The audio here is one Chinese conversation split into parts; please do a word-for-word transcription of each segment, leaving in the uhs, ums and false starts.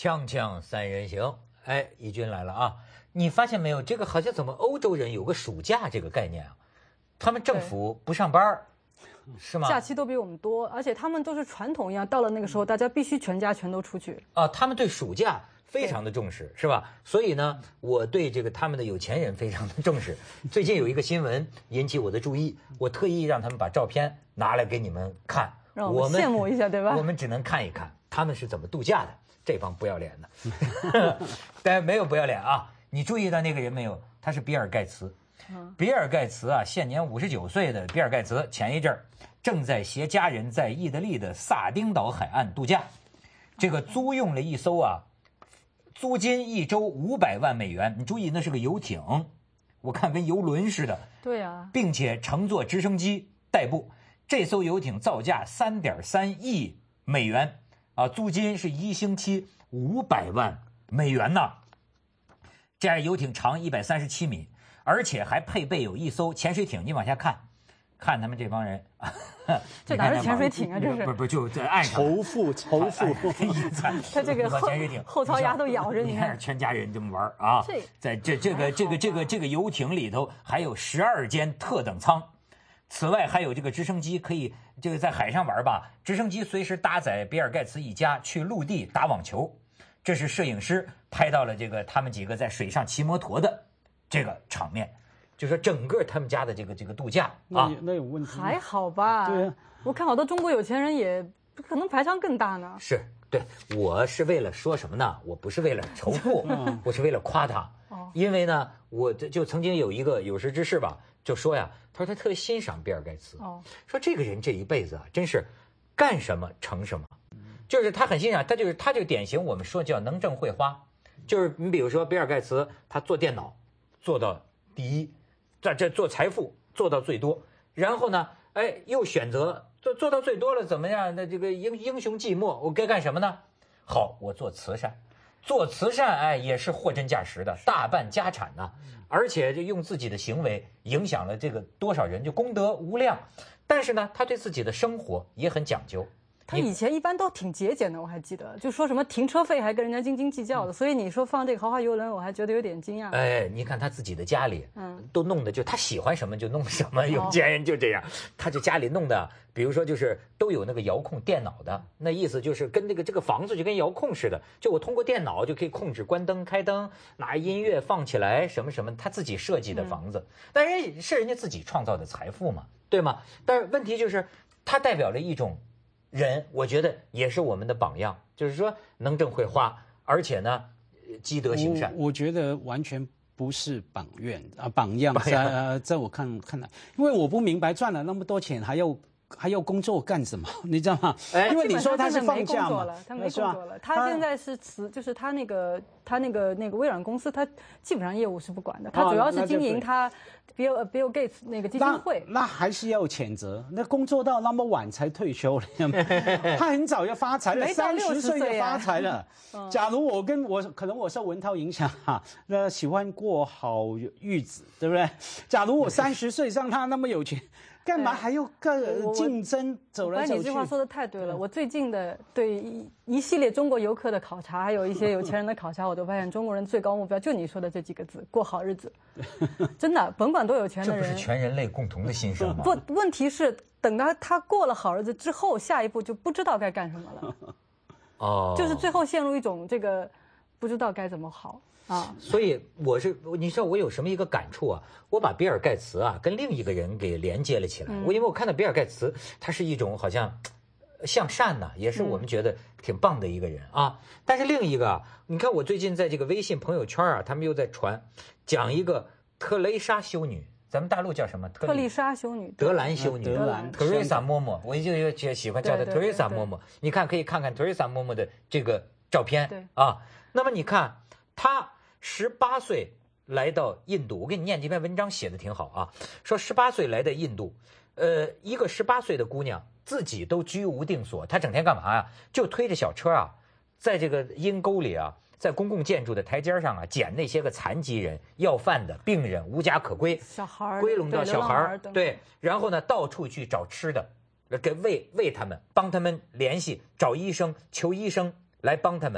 锵锵三人行，哎，义军来了啊！你发现没有？这个好像怎么欧洲人有个暑假这个概念啊？他们政府不上班，是吗？ 假期都比我们多，而且他们都是传统一样，到了那个时候，大家必须全家全都出去啊。他们对暑假非常的重视，是吧？所以呢，我对这个他们的有钱人非常的重视。最近有一个新闻引起我的注意，我特意让他们把照片拿来给你们看， 让我们羡慕一下，对吧？ 我们只能看一看他们是怎么度假的。这帮不要脸的，但没有不要脸啊！你注意到那个人没有？他是比尔盖茨。比尔盖茨啊，现年五十九岁的比尔盖茨，前一阵儿正在携家人在意大利的萨丁岛海岸度假，这个租用了一艘啊，租金一周五百万美元。你注意，那是个游艇，我看跟游轮似的。 对啊， 并且乘坐直升机代步。这艘游艇造价三点三亿美元。啊，租金是一星期五百万美元呢。这样游艇长一百三十七米，而且还配备有一艘潜水艇。你往下看，看他们这帮人， 这哪是潜水艇啊？这是不不就在岸上仇富仇富， 他这个后潜水艇后槽牙都咬着， 你看全家人这么玩啊。在这这个这个这个这个游艇里头还有十二间特等舱。此外还有这个直升机，可以这个在海上玩吧，直升机随时搭载比尔盖茨一家去陆地打网球。这是摄影师拍到了这个他们几个在水上骑摩托的这个场面，就说整个他们家的这个这个度假啊， 那, 那有问题还好吧？ 对啊， 我看好多中国有钱人也可能排场更大呢。 是对，我是为了说什么呢？我不是为了仇富，我是为了夸他。因为呢，我就曾经有一个有识之士吧，就说呀，他说他特别欣赏比尔盖茨，哦、说这个人这一辈子啊，真是干什么成什么，就是他很欣赏他，就是他这个典型，我们说叫能挣会花，就是你比如说比尔盖茨，他做电脑做到第一，在这做财富做到最多，然后呢，哎，又选择做做到最多了，怎么样？那这个英英雄寂寞，我该干什么呢？好，我做慈善。做慈善，哎，也是货真价实的，大半家产呢、啊，而且就用自己的行为影响了这个多少人，就功德无量。但是呢，他对自己的生活也很讲究。 他以前一般都挺节俭的，我还记得，就说什么停车费还跟人家斤斤计较的，嗯、所以你说放这个豪华游轮，我还觉得有点惊讶。 哎，你看他自己的家里，嗯，都弄的就他喜欢什么就弄什么，有钱人就这样，他就家里弄的，比如说就是都有那个遥控电脑的，那意思就是跟那个这个房子就跟遥控似的，就我通过电脑就可以控制关灯开灯，拿音乐放起来什么什么，他自己设计的房子，嗯、但是是人家自己创造的财富嘛，对吗？但是问题就是他代表了一种。人，我觉得也是我们的榜样，就是说能挣会花，而且呢，积德行善。 我, 我觉得完全不是榜样啊，榜样在呃，在我看看来，因为我不明白赚了那么多钱还要还要工作干什么，你知道吗？ 哎， 因为你说他是放假嘛，他没工作了，他现在是辞，就是他那个他那个那个微软公司，他基本上业务是不管的，他主要是经营他。Bill Bill Gates 那个基金会， 那, 那还是要谴责。那工作到那么晚才退休了，他很早就发财了，三十岁就发财了。嗯、假如我跟我可能我受文涛影响哈，那喜欢过好日子，对不对？假如我三十岁像他那么有钱。干嘛还要更竞争走来走去？ 你这话说的太对了。我最近的对一一系列中国游客的考察，还有一些有钱人的考察，我都发现中国人最高目标就你说的这几个字：过好日子。真的，甭管多有钱的人， 这不是全人类共同的心声吗？ 不，问题是等到他过了好日子之后，下一步就不知道该干什么了。哦，就是最后陷入一种这个不知道该怎么好。啊， 所以我是你知道我有什么一个感触啊？我把比尔盖茨啊跟另一个人给连接了起来。嗯、我因为我看到比尔盖茨，他是一种好像向善呐、啊，也是我们觉得挺棒的一个人啊。嗯、但是另一个，你看我最近在这个微信朋友圈啊，他们又在传讲一个特蕾莎修女，咱们大陆叫什么？ 特丽莎修女， 德兰修女， 德兰特瑞莎嬷嬷，我就就喜欢叫她特瑞莎嬷嬷。你看可以看看特瑞莎嬷嬷的这个照片，对啊。那么你看。他十八岁来到印度，我给你念这篇文章写的挺好啊。说十八岁来到印度，呃，一个十八岁的姑娘自己都居无定所，她整天干嘛呀？就推着小车啊，在这个阴沟里啊，在公共建筑的台阶上啊，捡那些个残疾人、要饭的、病人、无家可归、 小孩归拢到小孩，对，然后呢，到处去找吃的，给喂喂他们，帮他们联系找医生，求医生来帮他们。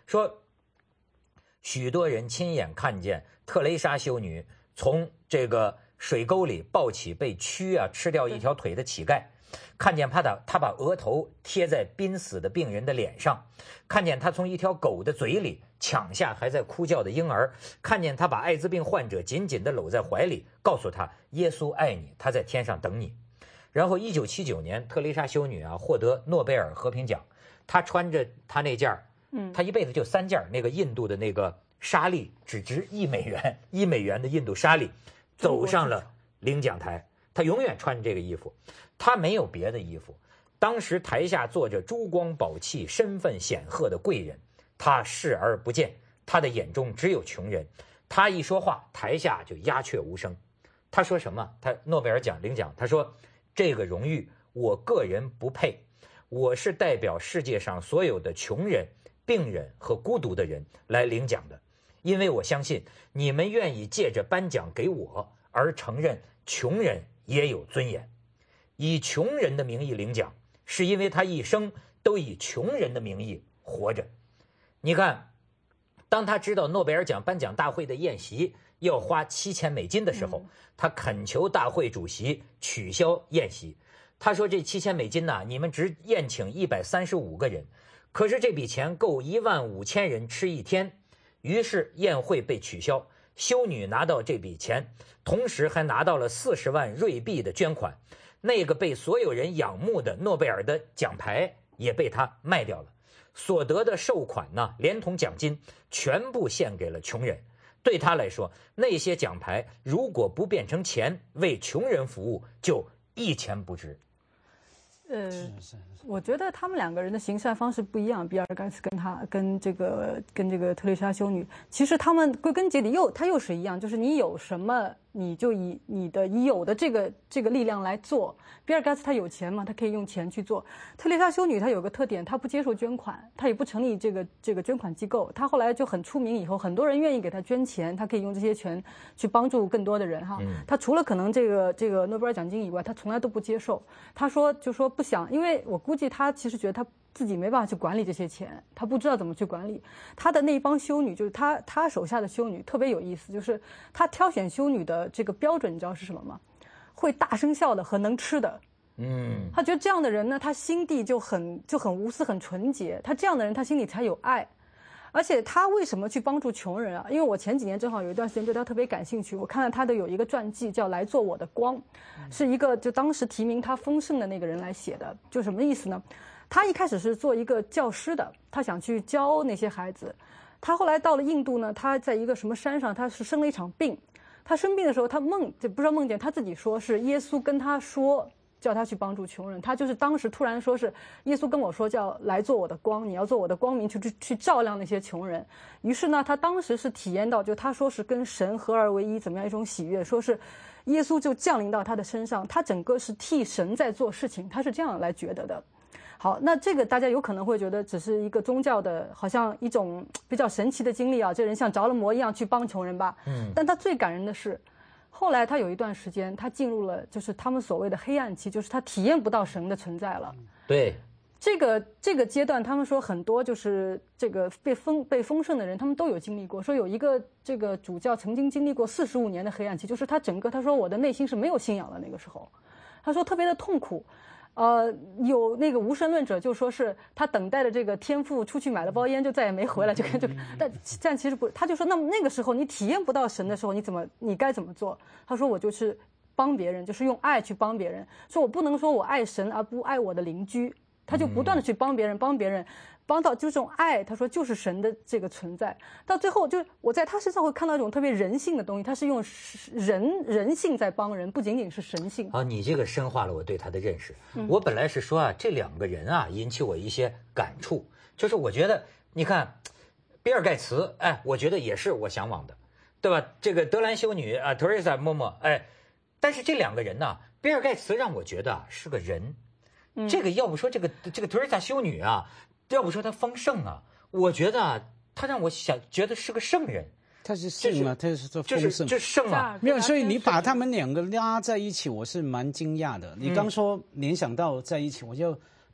说许多人亲眼看见特蕾莎修女从这个水沟里抱起被蛆啊吃掉一条腿的乞丐，看见他的他把额头贴在濒死的病人的脸上，看见他从一条狗的嘴里抢下还在哭叫的婴儿，看见他把艾滋病患者紧紧地搂在怀里，告诉他耶稣爱你，他在天上等你。然后一九七九年特蕾莎修女啊获得诺贝尔和平奖，她穿着她那件嗯，她一辈子就三件那个印度的那个纱丽，只值一美元一美元的印度纱丽，走上了领奖台。她永远穿着这个衣服，她没有别的衣服。当时台下坐着珠光宝气身份显赫的贵人，她视而不见，她的眼中只有穷人。她一说话，台下就鸦雀无声。她说什么？她诺贝尔奖领奖，她说这个荣誉我个人不配，我是代表世界上所有的穷人、病人和孤独的人来领奖的，因为我相信你们愿意借着颁奖给我而承认穷人也有尊严。以穷人的名义领奖，是因为他一生都以穷人的名义活着。你看，当他知道诺贝尔奖颁奖大会的宴席要花七千美金的时候，他恳求大会主席取消宴席。他说这七千美金呢，你们只宴请一百三十五个人，可是这笔钱够一万五千人吃一天。于是宴会被取消，修女拿到这笔钱，同时还拿到了四十万瑞币的捐款。那个被所有人仰慕的诺贝尔的奖牌也被他卖掉了，所得的授款呢，连同奖金全部献给了穷人。对他来说，那些奖牌如果不变成钱为穷人服务，就一钱不值。 呃，我觉得他们两个人的行善方式不一样，比尔盖茨跟他跟这个跟这个特蕾莎修女，其实他们归根结底又他又是一样，就是你有什么你就以你的已有的这个这个力量来做。比尔盖茨他有钱嘛，他可以用钱去做。特蕾莎修女她有个特点，她不接受捐款，她也不成立这个这个捐款机构。她后来就很出名以后，很多人愿意给她捐钱，她可以用这些钱去帮助更多的人哈。她除了可能这个这个诺贝尔奖金以外，她从来都不接受。她说就说不想，因为我估计她其实觉得她自己没办法去管理这些钱，她不知道怎么去管理。她的那一帮修女，就是她她手下的修女特别有意思，就是她挑选修女的这个标准，你知道是什么吗？会大声笑的和能吃的。嗯，他觉得这样的人呢，他心地就很就很无私很纯洁，他这样的人他心里才有爱。而且他为什么去帮助穷人啊？因为我前几年正好有一段时间对他特别感兴趣，我看了他的有一个传记叫《来做我的光》，是一个就当时提名他丰盛的那个人来写的。就什么意思呢？他一开始是做一个教师的，他想去教那些孩子。他后来到了印度呢，他在一个什么山上，他是生了一场病。他生病的时候，他梦就不知道梦见，他自己说是耶稣跟他说，叫他去帮助穷人。他就是当时突然说是耶稣跟我说，叫来做我的光，你要做我的光明，去去去照亮那些穷人。于是呢，他当时是体验到，就他说是跟神合而为一，怎么样一种喜悦，说是耶稣就降临到他的身上，他整个是替神在做事情，他是这样来觉得的。好，那这个大家有可能会觉得只是一个宗教的，好像一种比较神奇的经历啊，这人像着了魔一样去帮穷人吧。嗯。但他最感人的是，后来他有一段时间，他进入了就是他们所谓的黑暗期，就是他体验不到神的存在了。 对。 这个这个阶段，他们说很多就是这个被丰被丰盛的人，他们都有经历过。说有一个这个主教曾经经历过四十五年的黑暗期，就是他整个他说我的内心是没有信仰的那个时候，他说特别的痛苦。呃，有那个无神论者就说是他等待的这个天父出去买了包烟就再也没回来，就就但但其实不，他就说那么那个时候你体验不到神的时候，你怎么你该怎么做？他说我就是帮别人，就是用爱去帮别人。说我不能说我爱神而不爱我的邻居，他就不断的去帮别人，帮别人。帮到就这种爱，他说就是神的这个存在。到最后，就是我在他身上会看到一种特别人性的东西，他是用人人性在帮人，不仅仅是神性。 啊，你这个深化了我对他的认识。嗯、我本来是说啊，这两个人啊引起我一些感触，就是我觉得，你看，比尔盖茨，哎，我觉得也是我向往的，对吧？这个德兰修女啊，特蕾莎嬷嬷，哎，但是这两个人呢，比尔盖茨让我觉得啊是个人，嗯、这个要不说这个这个特蕾莎修女啊。要不说他丰盛啊，我觉得啊，他让我想觉得是个圣人。 他是圣啊，他是做丰盛， 就是圣啊。 没有，所以你把他们两个拉在一起，我是蛮惊讶的。你刚说联想到在一起，我就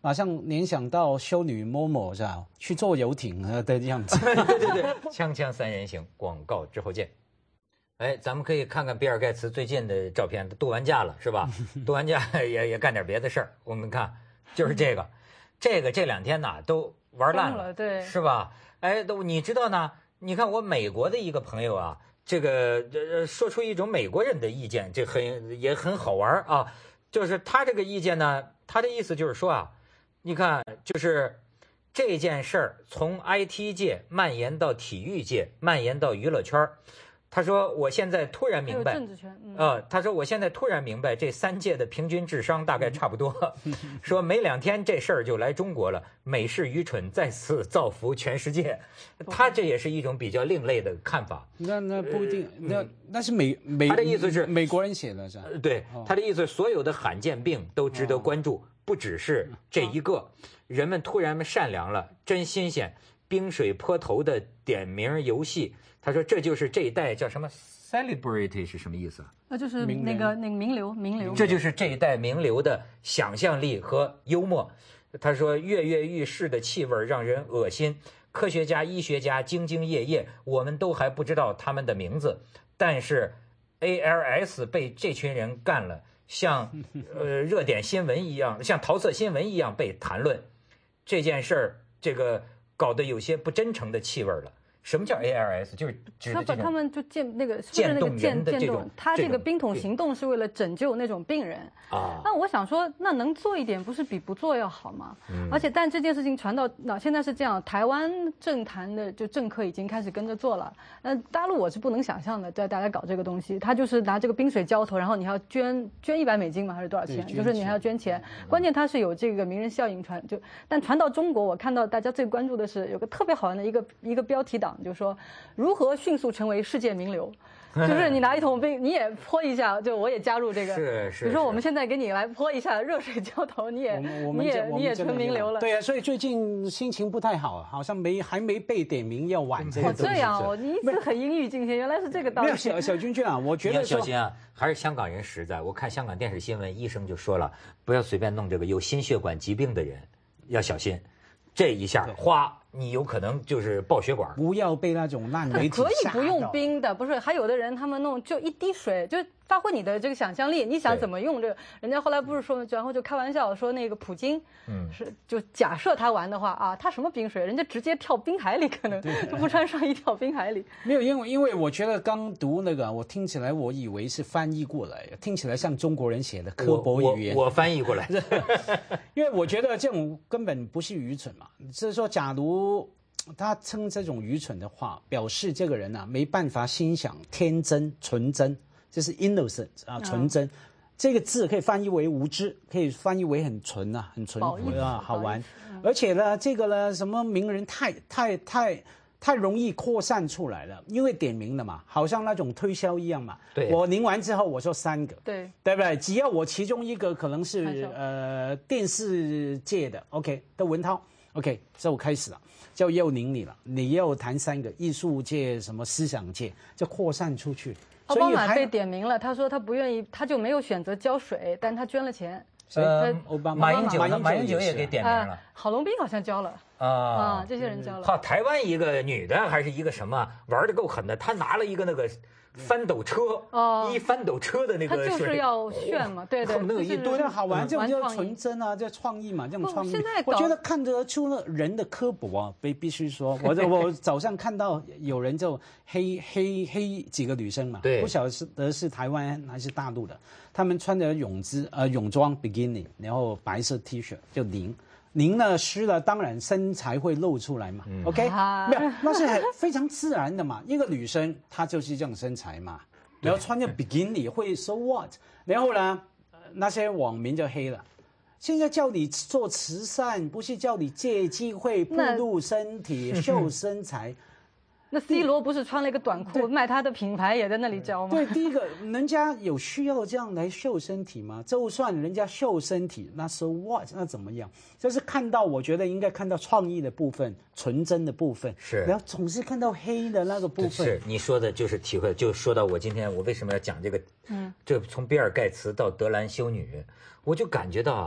马上联想到修女某某是吧？去坐游艇的样子。 对对对，锵锵三人行，广告之后见。哎，咱们可以看看比尔盖茨最近的照片，度完假了是吧？度完假也也干点别的事儿。我们看，就是这个，这个这两天呢都玩烂了， 对， 是吧？哎，都你知道呢？你看我美国的一个朋友啊，这个呃说出一种美国人的意见，这很也很好玩啊。就是他这个意见呢，他的意思就是说啊。你看，就是这件事儿从 I T 界蔓延到体育界，蔓延到娱乐圈。他说：“我现在突然明白， 政治圈，嗯、 呃，他说我现在突然明白，这三届的平均智商大概差不多。说没两天这事儿就来中国了，美式愚蠢再次造福全世界。他这也是一种比较另类的看法。 那那不一定，那那是美美他的意思是美国人写的是吧？ 对，他的意思，所有的罕见病都值得关注。”不只是这一个，人们突然善良了，真新鲜。冰水泼头的点名游戏，他说这就是这一代叫什么 celebrity 是什么意思啊？ 那就是那个那个名流，名流。 这就是这一代名流的想象力和幽默。他说跃跃欲试的气味让人恶心，科学家、医学家兢兢业业，我们都还不知道他们的名字，但是 A L S 被这群人干了。像呃热点新闻一样，像桃色新闻一样被谈论，这件事儿这个搞得有些不真诚的气味了。什么叫 A L S？ 就是指的这种他把他们就渐那个渐冻人的这种， 他这个冰桶行动是为了拯救那种病人啊。那我想说，那能做一点不是比不做要好吗？嗯、而且，但这件事情传到那现在是这样，台湾政坛的就政客已经开始跟着做了。那大陆我是不能想象的，在大家搞这个东西，他就是拿这个冰水浇头，然后你还要捐捐一百美金嘛，还是多少钱？就是你还要捐钱。关键他是有这个名人效应传，就但传到中国，我看到大家最关注的是有个特别好玩的一个一个标题党。就是说，如何迅速成为世界名流？就是你拿一桶冰，你也泼一下，就我也加入这个。 是是。 比如说，我们现在给你来泼一下热水浇头，你也你也你也成名流了。 对啊，所以最近心情不太好，好像没还没被点名要挽这个东西。 哦，这样哦，你一直很阴郁尽显，原来是这个道理。 没有小小君君啊，我觉得你要小心啊，还是香港人实在。我看香港电视新闻，医生就说了，不要随便弄这个有心血管疾病的人，要小心。这一下哗，你有可能就是爆血管。 不要被那种烂媒体可以不用冰的，不是？还有的人他们弄就一滴水，就发挥你的这个想象力，你想怎么用这个？人家后来不是说，然后就开玩笑说那个普京，嗯，是就假设他玩的话啊，他什么冰水，人家直接跳冰海里，可能就不穿上衣跳冰海里。 没有，因为因为我觉得刚读那个，我听起来我以为是翻译过来，听起来像中国人写的刻薄语言。 我, 我, 我翻译过来， 因为我觉得这种根本不是愚蠢嘛，就是说，假如他称这种愚蠢的话，表示这个人啊没办法欣赏天真纯真，就是 innocent 啊，纯真。嗯，这个字可以翻译为无知，可以翻译为很纯啊，很纯啊，好玩。嗯、而且呢，这个呢，什么名人太太太太容易扩散出来了，因为点名了嘛，好像那种推销一样嘛。 对， 我拧完之后，我说三个， 对， 对不对？只要我其中一个可能是呃电视界的 ，OK 的文涛 ，OK， 这我开始了。就又拧你了，你又谈三个艺术界、什么思想界，就扩散出去。 奥巴马被点名了，他说他不愿意，他就没有选择浇水，但他捐了钱。 呃，马英九呢？马英九也给点名了。 呃、郝龙斌好像交了啊啊，这些人交了。 好，台湾一个女的还是一个什么玩的够狠的，她拿了一个那个翻斗车，哦，一翻斗车的那个， 他就是要炫嘛，对对， 那个一吨好玩，这种叫纯真啊，叫创意嘛，这种创意。我觉得看得出了人的刻薄啊，必必须说，我我早上看到有人就黑黑黑几个女生嘛， 对， 不晓得是台湾还是大陆的，他们穿着泳姿呃泳装 bikini， 然后白色 T 恤就淋。您呢湿了，当然身材会露出来嘛。嗯、OK， 没有，那是很非常自然的嘛。一个女生她就是这种身材嘛，然后穿着比基尼会 so what？ 然后呢，那些网民就黑了。现在叫你做慈善，不是叫你借机会暴露身体、秀身材。 那 C 罗不是穿了一个短裤，卖他的品牌也在那里教吗？ 对，第一个，人家有需要这样来秀身体吗？就算人家秀身体，那 so what？ 那怎么样？就是看到，我觉得应该看到创意的部分、纯真的部分， 是。 然后总是看到黑的那个部分。 是你说的，就是体会，就说到我今天我为什么要讲这个？嗯，这从比尔盖茨到德兰修女，我就感觉到啊。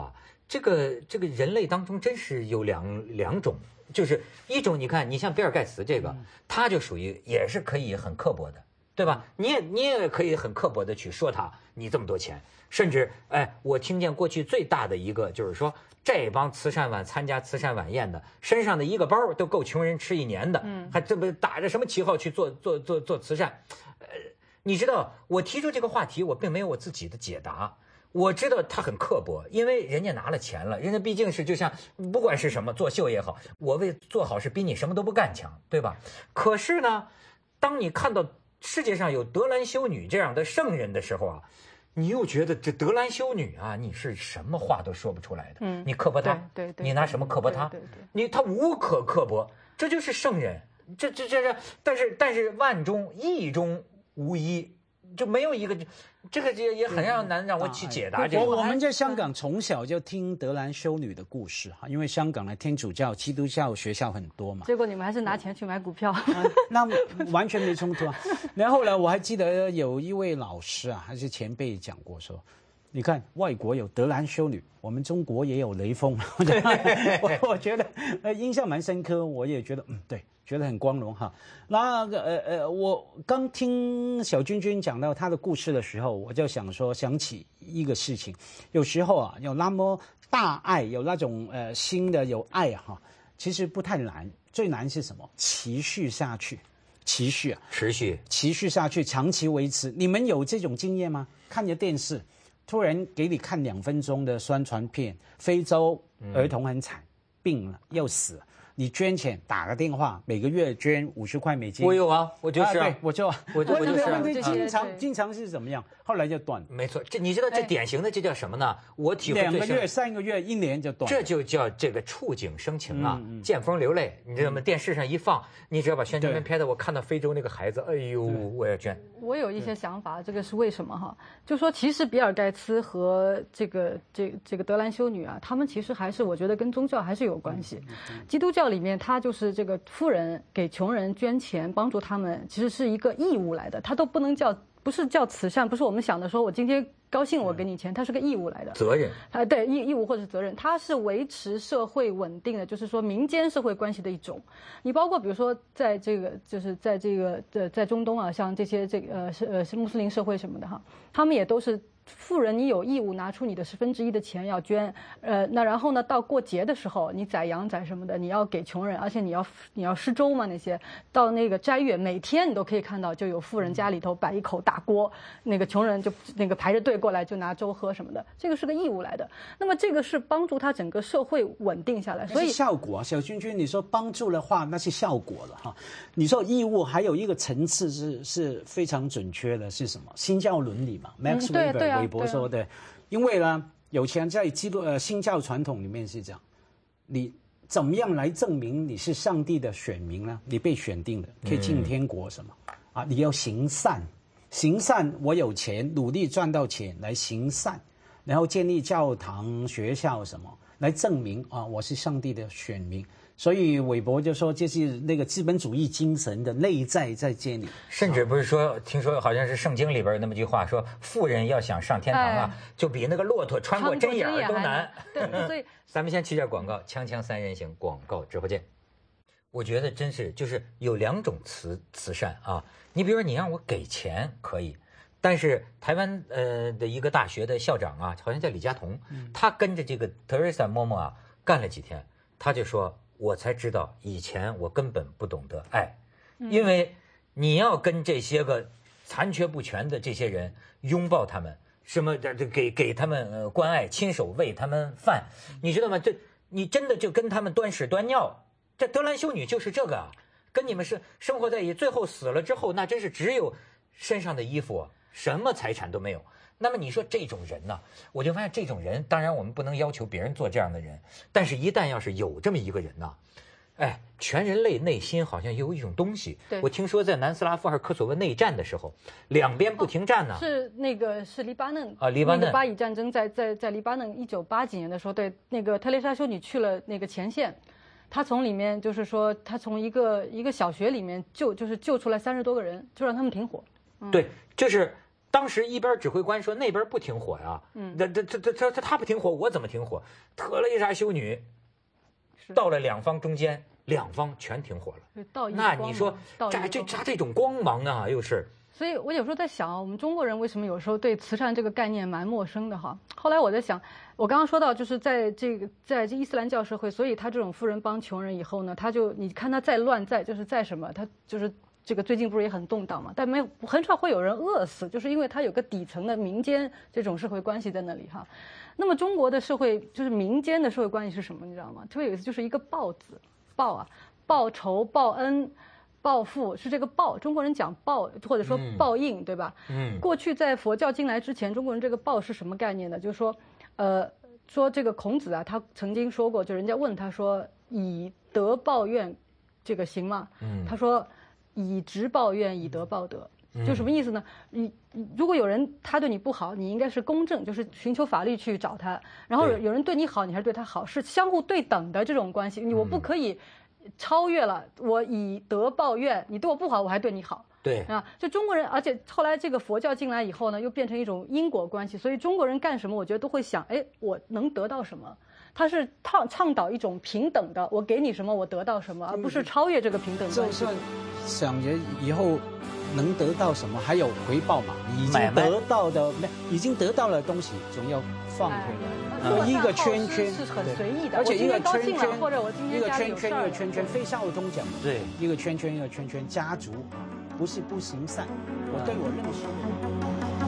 这个这个人类当中真是有两两种，就是一种你看，你像比尔盖茨这个，他就属于也是可以很刻薄的，对吧？你也你也可以很刻薄的去说他，你这么多钱，甚至哎，我听见过去最大的一个就是说，这帮慈善晚参加慈善晚宴的，身上的一个包都够穷人吃一年的，嗯，还这不打着什么旗号去做做做做慈善？呃，你知道，我提出这个话题，我并没有我自己的解答。我知道他很刻薄，因为人家拿了钱了，人家毕竟是就像不管是什么作秀也好，我为做好事比你什么都不干强，对吧？可是呢，当你看到世界上有德兰修女这样的圣人的时候啊，你又觉得这德兰修女啊，你是什么话都说不出来的。嗯，你刻薄她， 对 对, 对， 你拿什么刻薄她？ 对 对, 对， 你她无可刻薄，这就是圣人。这这这这，但是但是万中一中无一。就没有一个，这个也也很让难让我去解答这个。 我我们在香港从小就听德兰修女的故事哈，因为香港的天主教、基督教学校很多嘛。 结果你们还是拿钱去买股票， 啊、那完全没冲突啊。然后呢，我还记得有一位老师啊，还是前辈讲过说，你看外国有德兰修女，我们中国也有雷锋。我我觉得呃印象蛮深刻，我也觉得嗯对。觉得很光荣哈，那个呃呃，我刚听小君君讲到他的故事的时候，我就想说想起一个事情，有时候啊，有那么大爱，有那种呃新的有爱哈，其实不太难，最难是什么？持续下去，持续啊， 持续持续下去，长期维持。你们有这种经验吗？看着电视，突然给你看两分钟的宣传片，非洲儿童很惨，病了要死了。你捐钱打个电话，每个月捐五十块美金。 我有啊，我就是、啊啊，对，我就我就我就是、啊。 问题经常经常是怎么样？后来就断了。 没错，这你知道这典型的这叫什么呢？我体会两个月、三个月、一年就断了。 这就叫这个触景生情啊，嗯嗯、见风流泪。你知道吗？电视上一放，你只要把宣传片拍的，我看到非洲那个孩子，哎呦，我要捐。 我有一些想法，这个是为什么哈？就说其实比尔盖茨和这个这这个德兰修女啊，他们其实还是我觉得跟宗教还是有关系。基督教里面，他就是这个富人给穷人捐钱帮助他们，其实是一个义务来的，他都不能叫不是叫慈善，不是我们想的说我今天高兴我给你钱，它是个义务来的责任啊，对义义务或者是责任，它是维持社会稳定的，就是说民间社会关系的一种。你包括比如说在这个就是在这个呃在中东啊，像这些这个呃是呃是穆斯林社会什么的哈，他们也都是。富人，你有义务拿出你的十分之一的钱要捐，呃，那然后呢，到过节的时候，你宰羊宰什么的，你要给穷人，而且你要你要施粥嘛，那些到那个斋月，每天你都可以看到，就有富人家里头摆一口大锅，那个穷人就那个排着队过来就拿粥喝什么的，这个是个义务来的。那么这个是帮助他整个社会稳定下来，所以效果啊，小君君，你说帮助的话，那是效果了哈。你说义务还有一个层次是是非常准确的，是什么？新教伦理嘛 ，Max Weber。韦伯说的，因为呢，有钱在基督呃新教传统里面是这样，你怎么样来证明你是上帝的选民呢？你被选定了，可以进天国什么？嗯、啊，你要行善，行善，我有钱，努力赚到钱来行善，然后建立教堂、学校什么，来证明啊，我是上帝的选民。所以韦伯就说，这是那个资本主义精神的内在在这里。 甚至不是说，听说好像是圣经里边有那么句话，说富人要想上天堂啊，哎、就比那个骆驼穿过针眼都难。 对，所以咱们先去点广告，锵锵三人行广告直播间。我觉得真是就是有两种慈慈善啊，你比如说你让我给钱可以。但是台湾呃的一个大学的校长啊，好像叫李嘉彤，嗯、他跟着这个特蕾莎嬷嬷啊干了几天，他就说。我才知道，以前我根本不懂得爱，因为你要跟这些个残缺不全的这些人拥抱他们，什么的给给他们呃关爱，亲手喂他们饭，你知道吗？这你真的就跟他们端屎端尿。这德兰修女就是这个啊，跟你们是生活在一起，最后死了之后，那真是只有身上的衣服，什么财产都没有。那么你说这种人呢，我就发现这种人，当然我们不能要求别人做这样的人，但是一旦要是有这么一个人呢，哎，全人类内心好像有一种东西。我听说在南斯拉夫还是科索沃内战的时候，两边不停战呢。 哦、是那个是黎巴嫩啊，黎巴嫩、 那个巴以战争在在在黎巴嫩一九八几年的时候，对那个特蕾莎修女去了那个前线，她从里面就是说，她从一个一个小学里面救就是救出来三十多个人，就让他们停火。 嗯、对，就是。 当时一边指挥官说那边不停火呀，嗯，这这这这这他不停火，我怎么停火？特蕾莎修女到了两方中间，两方全停火了。那你说这这这这种光芒啊，又是。 所以我有时候在想啊，我们中国人为什么有时候对慈善这个概念蛮陌生的哈？后来我在想，我刚刚说到，就是在这个在这伊斯兰教社会，所以他这种富人帮穷人以后呢，他就你看他再乱再就是再什么，他就是这个最近不是也很动荡嘛？但没有很少会有人饿死，就是因为他有个底层的民间这种社会关系在那里哈。那么中国的社会就是民间的社会关系是什么？你知道吗？特别有意思，就是一个报字报啊，报仇报恩。报复是这个报，中国人讲报或者说报应，嗯、对吧？嗯，过去在佛教进来之前，中国人这个报是什么概念呢？就是说，呃，说这个孔子啊，他曾经说过，就人家问他说，以德报怨，这个行吗？嗯，他说，以直报怨，以德报德。就什么意思呢？你如果有人他对你不好，你应该是公正，就是寻求法律去找他。然后有人对你好，你还是对他好，是相互对等的这种关系。我不可以。超越了我以德报怨，你对我不好，我还对你好。 对啊，就中国人，而且后来这个佛教进来以后呢，又变成一种因果关系，所以中国人干什么，我觉得都会想，哎，我能得到什么？他是倡倡导一种平等的，我给你什么，我得到什么，而不是超越这个平等关系。 就算想着以后能得到什么，还有回报嘛？你已经得到的，已经得到了东西，总要放回来。呃，一个圈圈是很随意的， 而且一个圈圈或者我今天一个圈圈一个圈圈，费孝通讲对， 一个圈圈一个圈圈，家族不是不行善，我对我认识。